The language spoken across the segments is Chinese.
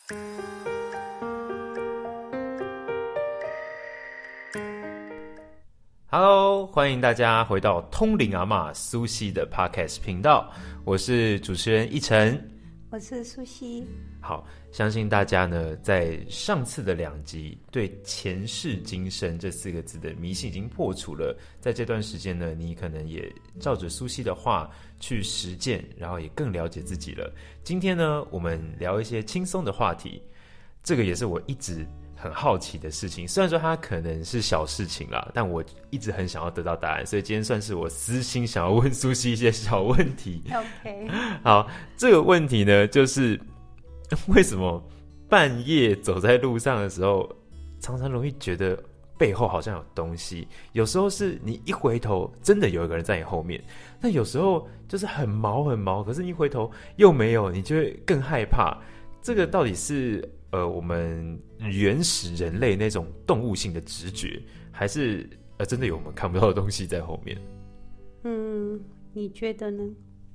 Hello， 欢迎大家回到通灵阿嬷苏西的 Podcast 频道，我是主持人一晨， 我是苏西。 好，相信大家呢在上次的2集对前世今生这4个字的迷信已经破除了，在这段时间呢，你可能也照着苏西的话去实践，然后也更了解自己了。今天呢，我们聊一些轻松的话题，这个也是我一直很好奇的事情，虽然说它可能是小事情啦，但我一直很想要得到答案，所以今天算是我私心想要问苏西一些小问题。 OK， 好，这个问题呢，就是为什么半夜走在路上的时候，常常容易觉得背后好像有东西？有时候是你一回头，真的有一个人在你后面；但有时候就是很毛很毛，可是你一回头又没有，你就会更害怕。这个到底是我们原始人类那种动物性的直觉，还是真的有我们看不到的东西在后面？ 你觉得呢？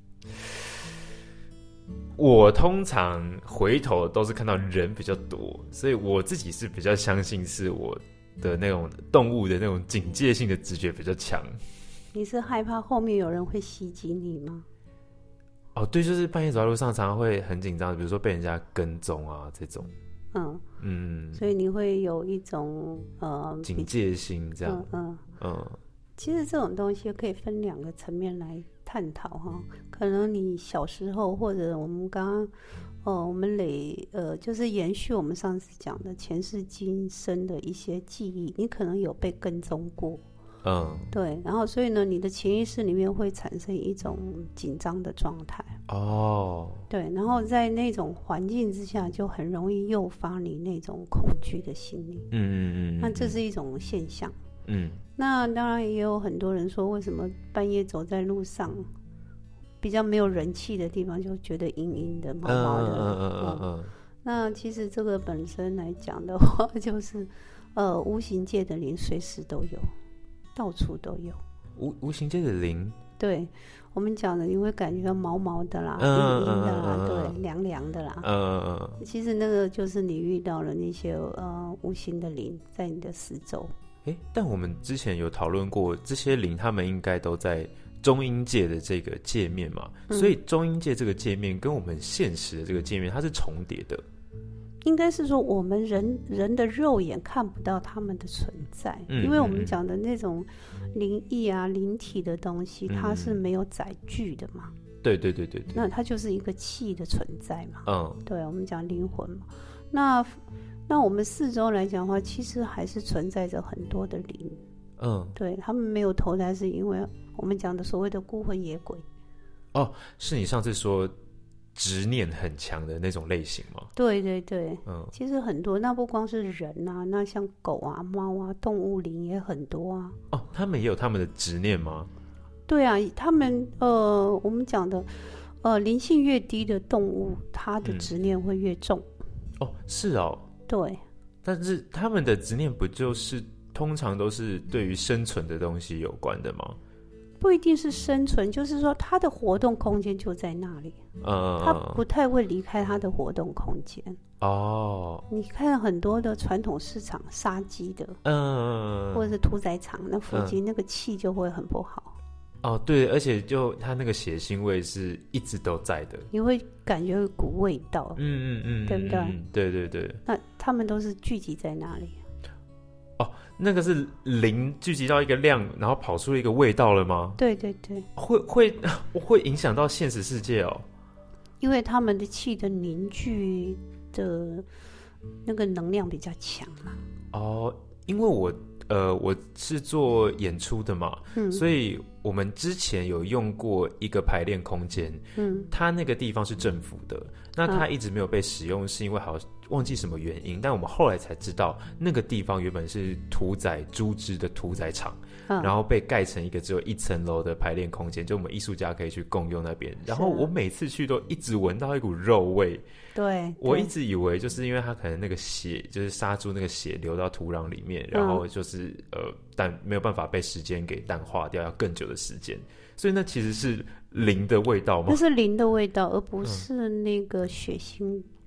我通常回头都是看到人比较多，所以我自己是比较相信是我的那种动物的那种警戒性的直觉比较强。 你是害怕后面有人会袭击你吗？ 哦，对，就是半夜走在路上常常会很紧张，比如说被人家跟踪啊这种。所以你会有一种警戒心这样。 其实这种东西可以分2个层面来探讨哈。可能你小时候，或者我们刚刚我们就是延续我们上次讲的前世今生的一些记忆，你可能有被跟踪过。对，然后所以呢，你的潜意识里面会产生一种紧张的状态。对，然后在那种环境之下，就很容易诱发你那种恐惧的心理。那这是一种现象。那当然也有很多人说，为什么半夜走在路上，比较没有人气的地方，就觉得阴阴的、毛毛的。那其实这个本身来讲的话，就是无形界的灵随时都有。到处都有无形界的灵， 对我们讲的，你会感觉到毛毛的啦、阴阴的啦，对，凉凉的啦。其实那个就是你遇到了那些无形的灵在你的四周。 但我们之前有讨论过，这些灵他们应该都在中阴界的这个界面嘛，所以中阴界这个界面跟我们现实的这个界面它是重叠的。 应该是说我们人的肉眼看不到他们的存在，因为我们讲的那种灵异啊、灵体的东西，它是没有载具的嘛。对，那它就是一个气的存在嘛。对，我们讲灵魂嘛。那我们四周来讲的话，其实还是存在着很多的灵。对，他们没有投胎，是因为我们讲的所谓的孤魂野鬼。 是你上次说执念很强的那种类型吗？ 对，其实很多，那不光是人啊，那像狗啊、猫啊，动物灵也很多啊。 他们也有他们的执念吗？ 对啊，他们我们讲的灵性越低的动物，它的执念会越重。 是哦。 对， 但是他们的执念不就是通常都是对于生存的东西有关的吗？ 不一定是生存，就是说它的活动空间就在那里，它不太会离开它的活动空间。你看很多的传统市场杀鸡的，或者是屠宰场那附近，那个气就会很不好。 对，而且就它那个血腥味是一直都在的， 你会感觉有一股味道。对不对？ 对。 那他们都是聚集在那里。 那个是灵聚集到一个量，然后跑出一个味道了吗？ 对， 会影响到现实世界哦。 因为他们的气的凝聚的那个能量比较强嘛。 因为我是做演出的嘛，所以我们之前有用过一个排练空间，它那个地方是政府的，那它一直没有被使用，是因为好像忘记什么原因，但我们后来才知道，那个地方原本是屠宰猪只的屠宰场，然后被盖成一个只有1层楼的排练空间，就我们艺术家可以去共用那边。然后我每次去都一直闻到一股肉味。 对， 我一直以为就是因为它可能那个血，就是杀猪那个血流到土壤里面，然后就是但没有办法被时间给淡化掉，要更久的时间，所以那其实是灵的味道吗？ 那是灵的味道，而不是那个血腥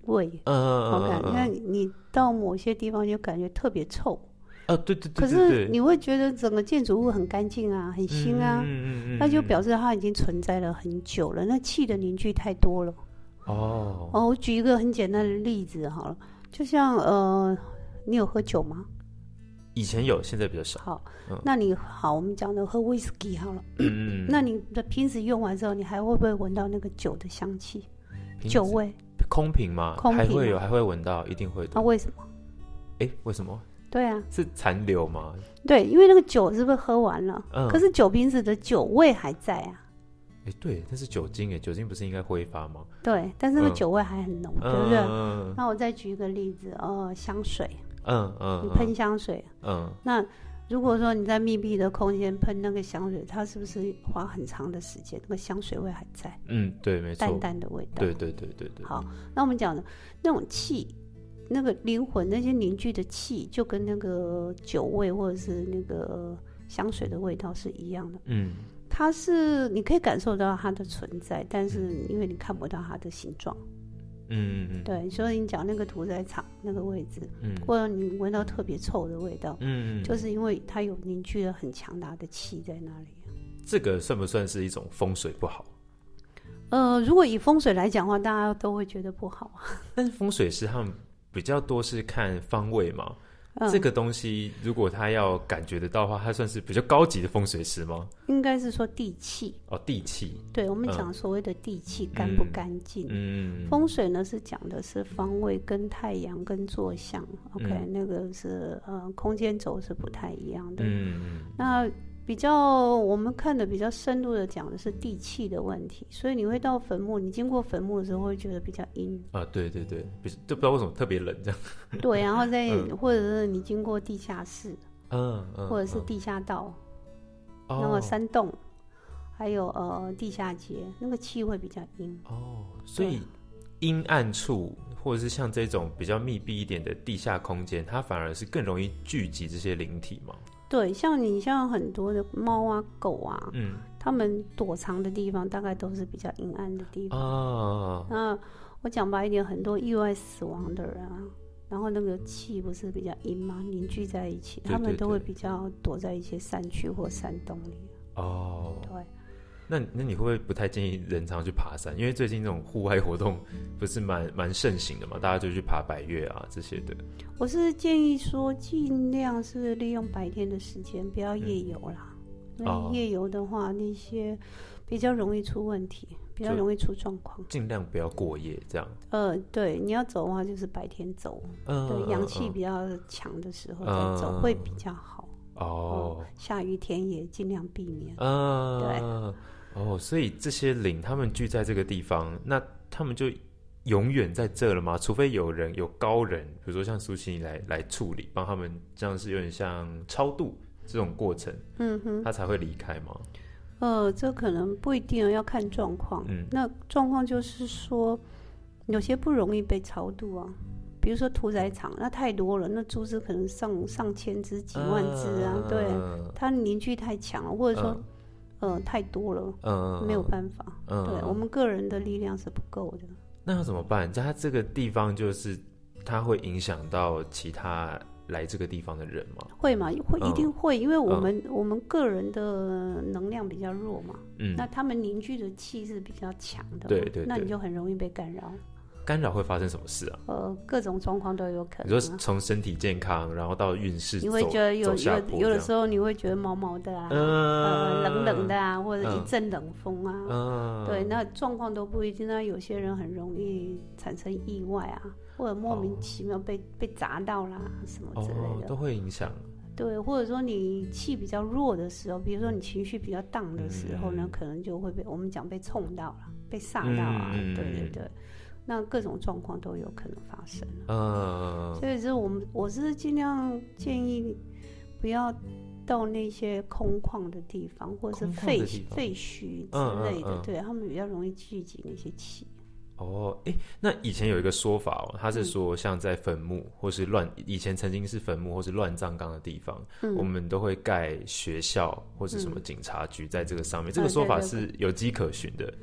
味。OK，那你到某些地方就感觉特别臭。 对， 可是你会觉得整个建筑物很干净啊，很新啊，那就表示它已经存在了很久了，那气的凝聚太多了。我举一个很简单的例子好了，就像你有喝酒吗？ 以前有，现在比较少。 好，那我们讲的喝威士忌好了，那你的瓶子用完之后，你还会不会闻到那个酒的香气？酒味？ 空瓶吗？还会有，还会闻到，一定会的。 为什么？ 为什么？ 对啊， 是残留吗？ 对，因为那个酒是不是喝完了？可是酒瓶子的酒味还在啊。 对，但是酒精酒精不是应该挥发吗？ 对，但是那个酒味还很浓，对不对？那我再举一个例子，香水，你喷香水，那如果说你在密闭的空间喷那个香水，它是不是花很长的时间，那个香水味还在？ 对，没错， 淡淡的味道。 对。 好，那我们讲的那种气。那个灵魂那些凝聚的气，就跟那个酒味或者是那个香水的味道是一样的。它是你可以感受到它的存在，但是因为你看不到它的形状。对，所以你讲那个屠宰场那个位置，或者你闻到特别臭的味道，就是因为它有凝聚了很强大的气在那里。 这个算不算是一种风水不好？ 如果以风水来讲的话，大家都会觉得不好。 但是风水师他们比较多是看方位嘛，这个东西如果他要感觉得到的话，他算是比较高级的风水师吗？应该是说地气。地气。对，我们讲所谓的地气干不干净。风水呢是讲的是方位跟太阳跟坐向。OK，那个是空间轴是不太一样的。那比较我们看的比较深入的讲的是地气的问题，所以你会到坟墓，你经过坟墓的时候会觉得比较阴对，就不知道为什么特别冷这样。 对，然后或者是你经过地下室，或者是地下道，那个山洞，还有地下街，那个气会比较阴。 所以阴暗处或者是像这种比较密闭一点的地下空间，它反而是更容易聚集这些灵体嘛。 对，像很多的猫啊狗啊，它们躲藏的地方大概都是比较阴暗的地方。那我讲白一点，很多意外死亡的人啊，然后那个气不是比较阴吗？凝聚在一起，他们都会比较躲在一些山区或山洞里。对。 那你会不会不太建议人常去爬山？因为最近这种户外活动不是蛮盛行的嘛，大家就去爬百岳啊这些的。我是建议说，尽量是利用白天的时间，不要夜游啦。那夜游的话，那些比较容易出问题，比较容易出状况。尽量不要过夜这样。对，你要走的话就是白天走，对，阳气比较强的时候再走会比较好。下雨天也尽量避免。对。所以这些灵他们聚在这个地方，那他们就永远在这了吗？除非有高人，比如说像苏西来处理，帮他们，这样是有点像超度这种过程，他才会离开吗？这可能不一定，要看状况。那状况就是说，有些不容易被超度啊，比如说屠宰场，那太多了，那猪只可能上千只、几万只啊，对，它凝聚太强了，或者说。太多了，没有办法。对，我们个人的力量是不够的。那要怎么办？在他这个地方，就是它会影响到其他来这个地方的人吗？会吗？一定会，因为我们个人的能量比较弱嘛。那他们凝聚的气是比较强的，对，那你就很容易被干扰。干扰会发生什么事啊？各种状况都有可能。你说从身体健康，然后到运势，你会觉得有的时候你会觉得毛毛的啊，冷冷的啊，或者一阵冷风啊，对，那状况都不一定。那有些人很容易产生意外啊，或者莫名其妙被砸到啦什么之类的，都会影响。对，或者说你气比较弱的时候，比如说你情绪比较荡的时候呢，可能就会被我们讲被冲到了，被煞到啊，对。那各种状况都有可能发生。所以我是尽量建议不要到那些空旷的地方，或者是废墟之类的，对，他们比较容易聚集那些气。那以前有一个说法他是说像在坟墓或是以前曾经是坟墓或是乱葬岗的地方，我们都会盖学校或是什么警察局在这个上面，这个说法是有迹可循的。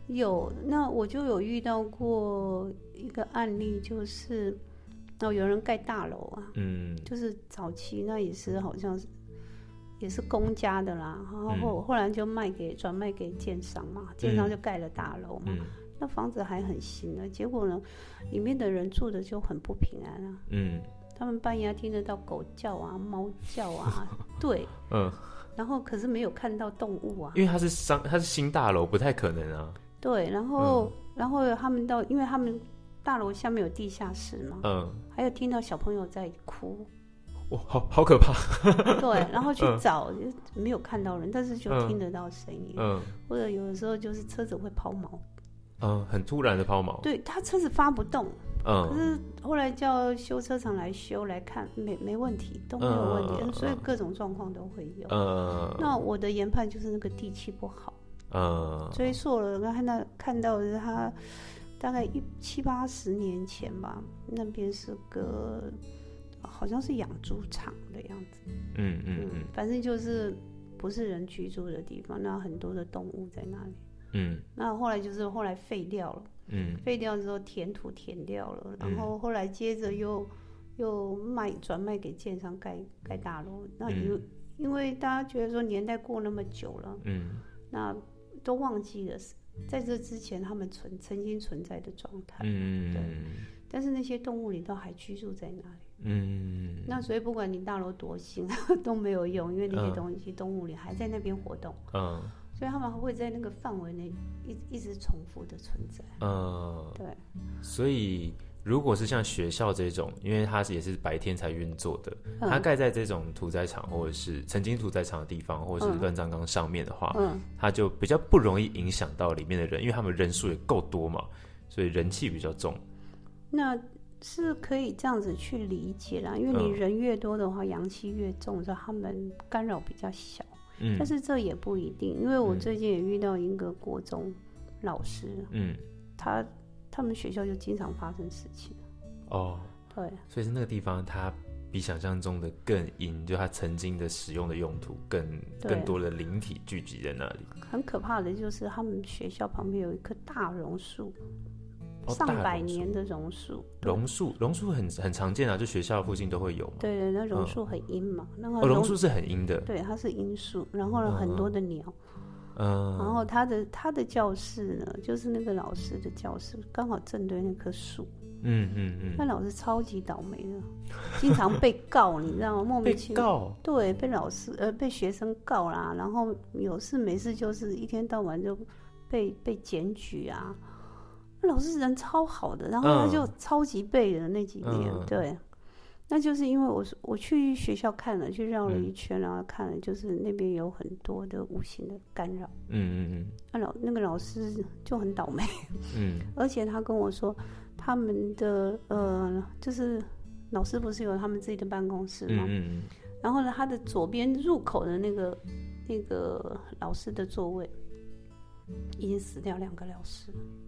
有，那我就有遇到过一个案例，就是有人盖大楼啊，就是早期那也是好像是也是公家的啦，然后后来就转卖给建商嘛，建商就盖了大楼嘛，那房子还很新的，结果呢，里面的人住的就很不平安啊，他们半夜听得到狗叫啊、猫叫啊，对，然后可是没有看到动物啊， 因为它是新大楼，不太可能啊。 对，然后他们因为他们大楼下面有地下室嘛，还有听到小朋友在哭， 哇，好可怕。 对，然后去找，没有看到人，但是就听得到声音，或者有的时候就是车子会抛锚， 很突然的抛锚， 对，他车子发不动，可是后来叫修车厂来修来看，没问题，都没有问题，所以各种状况都会有。那我的研判就是那个地气不好。追溯了，看到的是他大概70-80年前吧，那边是个好像是养猪场的样子，反正就是不是人居住的地方，那很多的动物在那里，那后来废掉了，废掉之后填土填掉了，然后后来接着又转卖给建商盖大楼，那因为大家觉得说年代过那么久了，那都忘记了在这之前他们曾经存在的状态，对，但是那些动物里都还居住在那里，那所以不管你大楼多新都没有用，因为那些东西动物里还在那边活动，所以他们会在那个范围内一直重复的存在，对， 所以如果是像学校这种，因为它也是白天才运作的，它盖在这种屠宰场或者是曾经屠宰场的地方，或者是乱葬岗上面的话，它就比较不容易影响到里面的人，因为他们人数也够多嘛，所以人气比较重。那是可以这样子去理解啦，因为你人越多的话，阳气越重，所以他们干扰比较小。但是这也不一定，因为我最近也遇到一个国中老师，他们学校就经常发生事情。对， 所以是那个地方它比想象中的更阴，就它曾经的使用的用途更多的灵体聚集在那里。 很可怕的就是他们学校旁边有一棵大榕树，上百年的榕树。 榕树很常见啊，就学校附近都会有嘛。 对，那榕树很阴嘛，那个榕树是很阴的。 对，它是阴树，然后呢很多的鸟。然后他的教室呢，就是那个老师的教室，刚好正对那棵树。那老师超级倒霉的，经常被告，你知道吗？莫名其妙。被告？对，被学生告啦，然后有事没事就是一天到晚就被检举啊。老师人超好的，然后他就超级背的那几年，对。那就是因为我去学校看了，去绕了一圈，然后看了，就是那边有很多的无形的干扰。那个老师就很倒霉。而且他跟我说，他们的就是老师不是有他们自己的办公室吗？然后呢，他的左边入口的那个老师的座位已经死掉2个老师。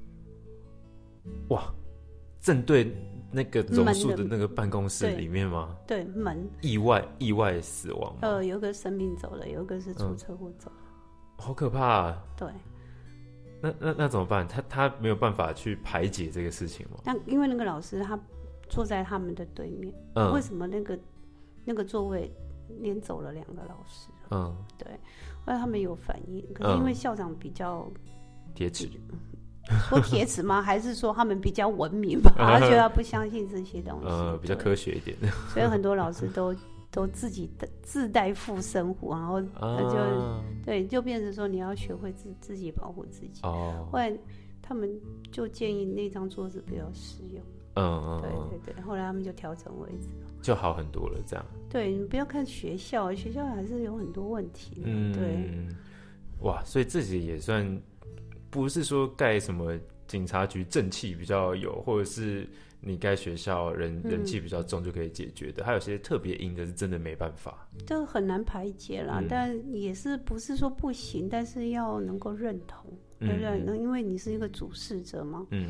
哇！正对那个榕树的那个办公室里面吗？ 对，门意外死亡。 有一个生命走了，有一个是出车祸走了。 好可怕啊！对，那怎么办？他没有办法去排解这个事情吗？ 因为那个老师他坐在他们的对面，为什么那个座位连走了2个老师？对，后来他们有反应，可是因为校长比较铁齿。 说铁齿吗？还是说他们比较文明吧？他觉得他不相信这些东西， 比较科学一点。 所以很多老师都自己自带护身符，然后就变成说你要学会自己保护自己。后来他们就建议那张桌子不要使用。对，后来他们就调整位置了， 就好很多了。这样。对， 你不要看学校还是有很多问题。对。 哇，所以自己也算。不是说盖什么警察局正气比较有，或者是你盖学校人气比较重就可以解决的，还有些特别阴的是真的没办法， 这个很难排解啦。但也是不是说不行，但是要能够认同，对不对？因为你是一个主事者嘛，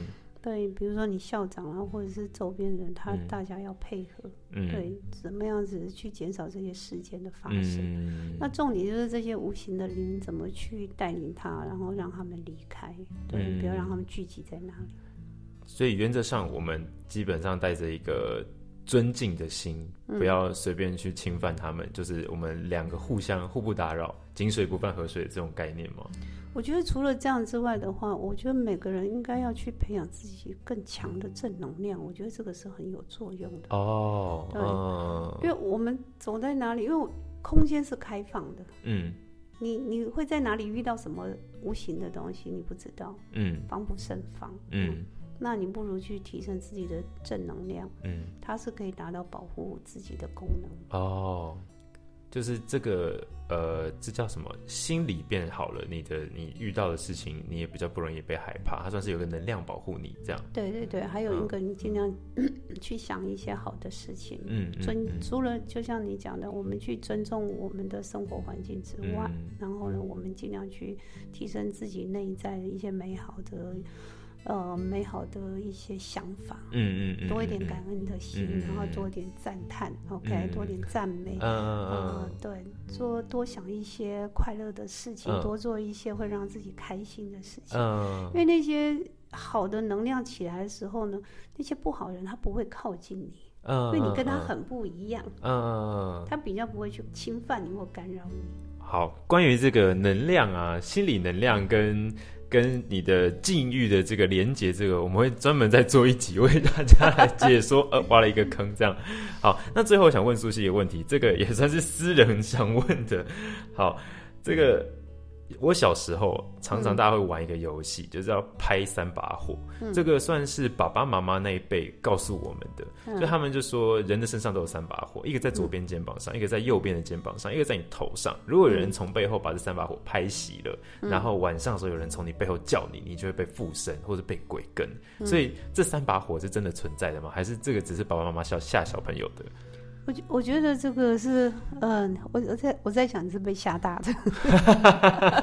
对，比如说你校长啊，或者是周边人，大家要配合，对，怎么样子去减少这些事件的发生。那重点就是这些无形的灵怎么去带领他，然后让他们离开，对，不要让他们聚集在那里。 所以原则上，我们基本上带着一个尊敬的心，不要随便去侵犯他们，就是我们两个互不打扰，井水不犯河水的这种概念吗？ 我觉得除了这样之外的话，我觉得每个人应该要去培养自己更强的正能量，我觉得这个是很有作用的。对，因为我们走在哪里，因为空间是开放的，你会在哪里遇到什么无形的东西，你不知道，防不胜防，那你不如去提升自己的正能量，它是可以达到保护自己的功能。 就是这个这叫什么？心理变好了，你遇到的事情，你也比较不容易被害怕，它算是有个能量保护你这样。对对对，还有一个你尽量去想一些好的事情，除了就像你讲的，我们去尊重我们的生活环境之外，然后呢，我们尽量去提升自己内在的一些美好的一些想法，多一点感恩的心，然后多一点赞叹 ，OK， 多点赞美，对，多想一些快乐的事情，多做一些会让自己开心的事情，因为那些好的能量起来的时候呢，那些不好的人他不会靠近你，因为你跟他很不一样，他比较不会去侵犯你或干扰你。 好，关于这个能量啊，心理能量跟你的境遇的这个连结，这个我们会专门再做一集为大家来解说，挖了一个坑这样。好，那最后想问苏西一个问题，这个也算是私人想问的。好，这个我小时候常常大家会玩一个游戏，就是要拍3把火，这个算是爸爸妈妈那一辈告诉我们的，就他们就说人的身上都有3把火，一个在左边肩膀上，一个在右边的肩膀上，一个在你头上。如果有人从背后把这3把火拍熄了，然后晚上的时候有人从你背后叫你，你就会被附身或者被鬼跟。所以这3把火是真的存在的吗？还是这个只是爸爸妈妈吓小朋友的？ 我觉得这个是，我在想你是被吓大的。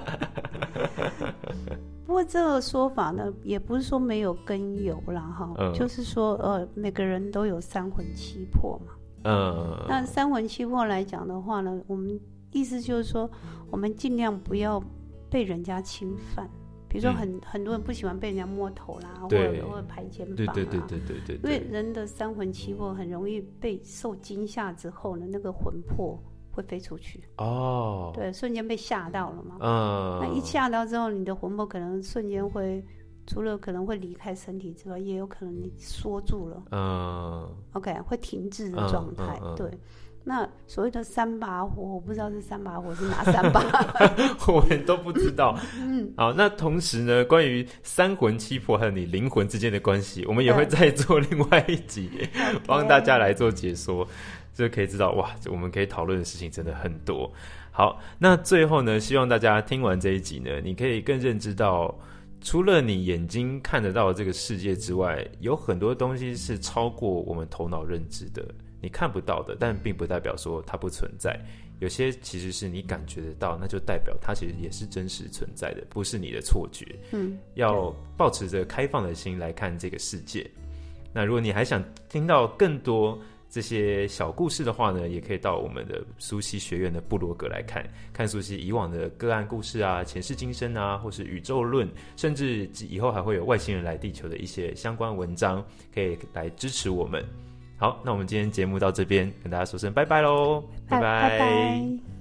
不过这个说法呢，也不是说没有根由啦，哈，就是说，每个人都有3魂7魄嘛。那3魂7魄来讲的话呢，我们意思就是说，我们尽量不要被人家侵犯。比如说很多人不喜欢被人家摸头啦，或者拍肩膀啦，对，因为人的3魂7魄很容易被受惊吓之后呢，那个魂魄会飞出去。对，瞬间被吓到了嘛。那一吓到之后，你的魂魄可能瞬间会，除了可能会离开身体之外，也有可能你缩住了。OK， 会停滞的状态。对。那所谓的3把火，我不知道这3把火是哪3把， 我们都不知道。好，那同时呢，关于3魂7魄和你灵魂之间的关系，我们也会再做另外一集，帮大家来做解说。就可以知道，哇，我们可以讨论的事情真的很多。好，那最后呢，希望大家听完这一集呢，你可以更认知到，除了你眼睛看得到的这个世界之外，有很多东西是超过我们头脑认知的。你看不到的，但并不代表说它不存在。有些其实是你感觉得到，那就代表它其实也是真实存在的，不是你的错觉。要抱持着开放的心来看这个世界。那如果你还想听到更多这些小故事的话呢，也可以到我们的苏西学院的部落格来看苏西以往的个案故事啊、前世今生啊，或是宇宙论，甚至以后还会有外星人来地球的一些相关文章，可以来支持我们。好，那我们今天节目到这边，跟大家说声拜拜咯，拜拜。